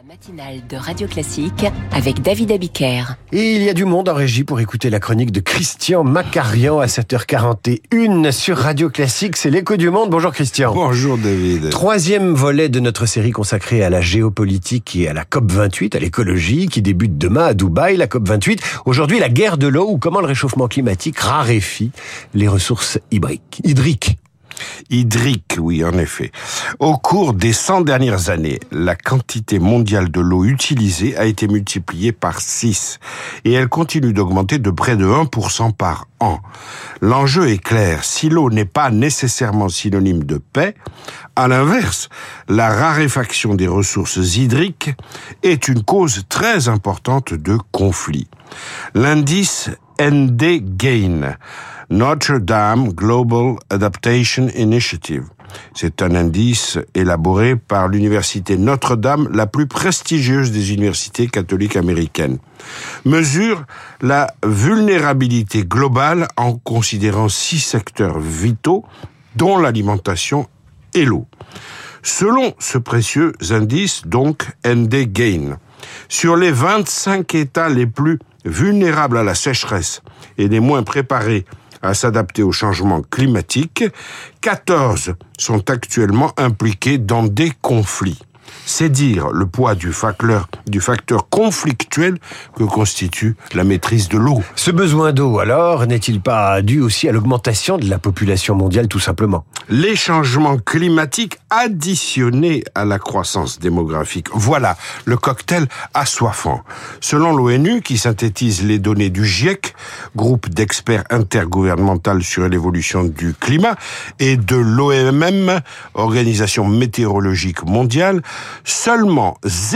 La matinale de Radio Classique avec David Abiker. Et il y a du monde en régie pour écouter la chronique de Christian Macarian à 7h41 sur Radio Classique. C'est l'écho du monde. Bonjour Christian. Bonjour David. Troisième volet de notre série consacrée à la géopolitique et à la COP28, à l'écologie, qui débute demain à Dubaï, la COP28. Aujourd'hui, la guerre de l'eau ou comment le réchauffement climatique raréfie les ressources hydriques. Hydrique, oui, en effet. Au cours des 100 dernières années, la quantité mondiale de l'eau utilisée a été multipliée par 6 et elle continue d'augmenter de près de 1% par an. L'enjeu est clair, si l'eau n'est pas nécessairement synonyme de paix, à l'inverse, la raréfaction des ressources hydriques est une cause très importante de conflit. L'indice NDGAIN, Notre Dame Global Adaptation Initiative. C'est un indice élaboré par l'université Notre-Dame, la plus prestigieuse des universités catholiques américaines. Mesure la vulnérabilité globale en considérant 6 secteurs vitaux, dont l'alimentation et l'eau. Selon ce précieux indice, donc NDGAIN, sur les 25 États les plus vulnérables à la sécheresse et les moins préparés à s'adapter au changement climatique, 14 sont actuellement impliqués dans des conflits. C'est dire le poids du facteur conflictuel que constitue la maîtrise de l'eau. Ce besoin d'eau, alors, n'est-il pas dû aussi à l'augmentation de la population mondiale, tout simplement ? Les changements climatiques additionnés à la croissance démographique. Voilà le cocktail assoiffant. Selon l'ONU, qui synthétise les données du GIEC, groupe d'experts intergouvernemental sur l'évolution du climat, et de l'OMM, Organisation météorologique mondiale, seulement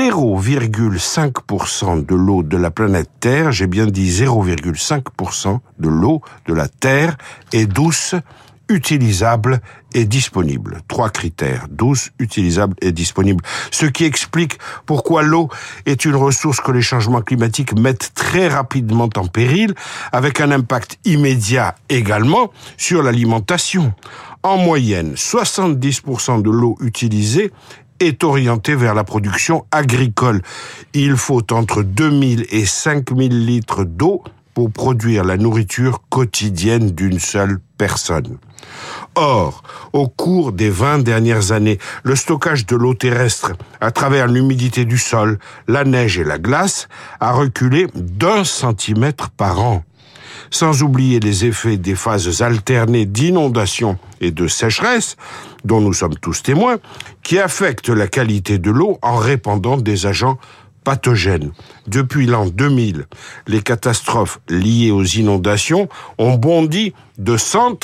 0,5% de l'eau de la planète Terre, j'ai bien dit 0,5% de l'eau de la Terre est douce, utilisable et disponible. 3 critères: douce, utilisable et disponible. Ce qui explique pourquoi l'eau est une ressource que les changements climatiques mettent très rapidement en péril, avec un impact immédiat également sur l'alimentation. En moyenne, 70% de l'eau utilisée est orientée vers la production agricole. Il faut entre 2000 et 5000 litres d'eau pour produire la nourriture quotidienne d'une seule personne. Or, au cours des 20 dernières années, le stockage de l'eau terrestre, à travers l'humidité du sol, la neige et la glace, a reculé d'1 centimètre par an. Sans oublier les effets des phases alternées d'inondation et de sécheresse, dont nous sommes tous témoins, qui affectent la qualité de l'eau en répandant des agents pathogènes. Depuis l'an 2000, les catastrophes liées aux inondations ont bondi de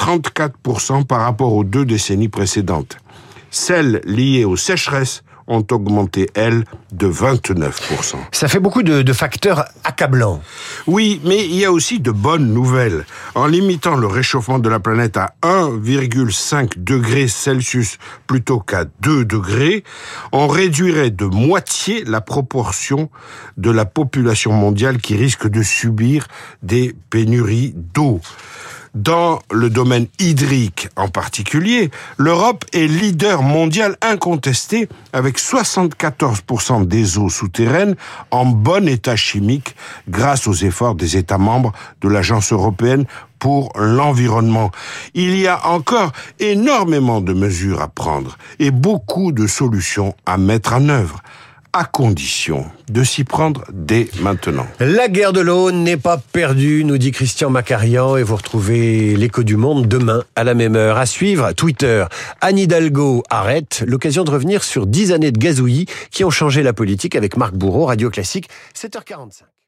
134% par rapport aux 2 décennies précédentes. Celles liées aux sécheresses ont augmenté, elles, de 29%. Ça fait beaucoup de facteurs accablants. Oui, mais il y a aussi de bonnes nouvelles. En limitant le réchauffement de la planète à 1,5 degrés Celsius plutôt qu'à 2 degrés, on réduirait de moitié la proportion de la population mondiale qui risque de subir des pénuries d'eau. Dans le domaine hydrique en particulier, l'Europe est leader mondial incontesté avec 74% des eaux souterraines en bon état chimique grâce aux efforts des États membres de l'Agence européenne pour l'environnement. Il y a encore énormément de mesures à prendre et beaucoup de solutions à mettre en œuvre, à condition de s'y prendre dès maintenant. La guerre de l'eau n'est pas perdue, nous dit Christian Macarian, et vous retrouvez l'écho du monde demain à la même heure. À suivre, Twitter, Anne Hidalgo arrête, l'occasion de revenir sur 10 années de gazouillis qui ont changé la politique avec Marc Bourreau, Radio Classique, 7h45.